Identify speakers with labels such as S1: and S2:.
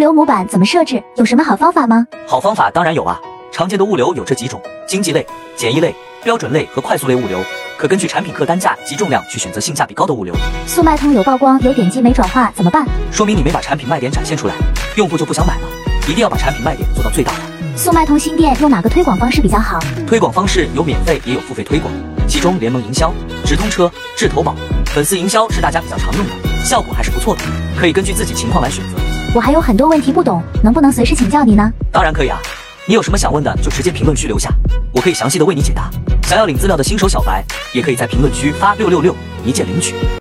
S1: 流模板怎么设置？有什么好方法吗？
S2: 好方法当然有啊，常见的物流有这几种：经济类、简易类、标准类和快速类物流。可根据产品客单价及重量去选择性价比高的物流。
S1: 速卖通有曝光，有点击没转化，怎么办？
S2: 说明你没把产品卖点展现出来，用户就不想买了。一定要把产品卖点做到最大化。
S1: 速卖通新店用哪个推广方式比较好？
S2: 推广方式有免费也有付费推广，其中联盟营销、直通车、智投保、粉丝营销是大家比较常用的，效果还是不错的，可以根据自己情况来选择。
S1: 我还有很多问题不懂，能不能随时请教你呢？
S2: 当然可以啊，你有什么想问的就直接评论区留下，我可以详细的为你解答。想要领资料的新手小白，也可以在评论区发666，一键领取。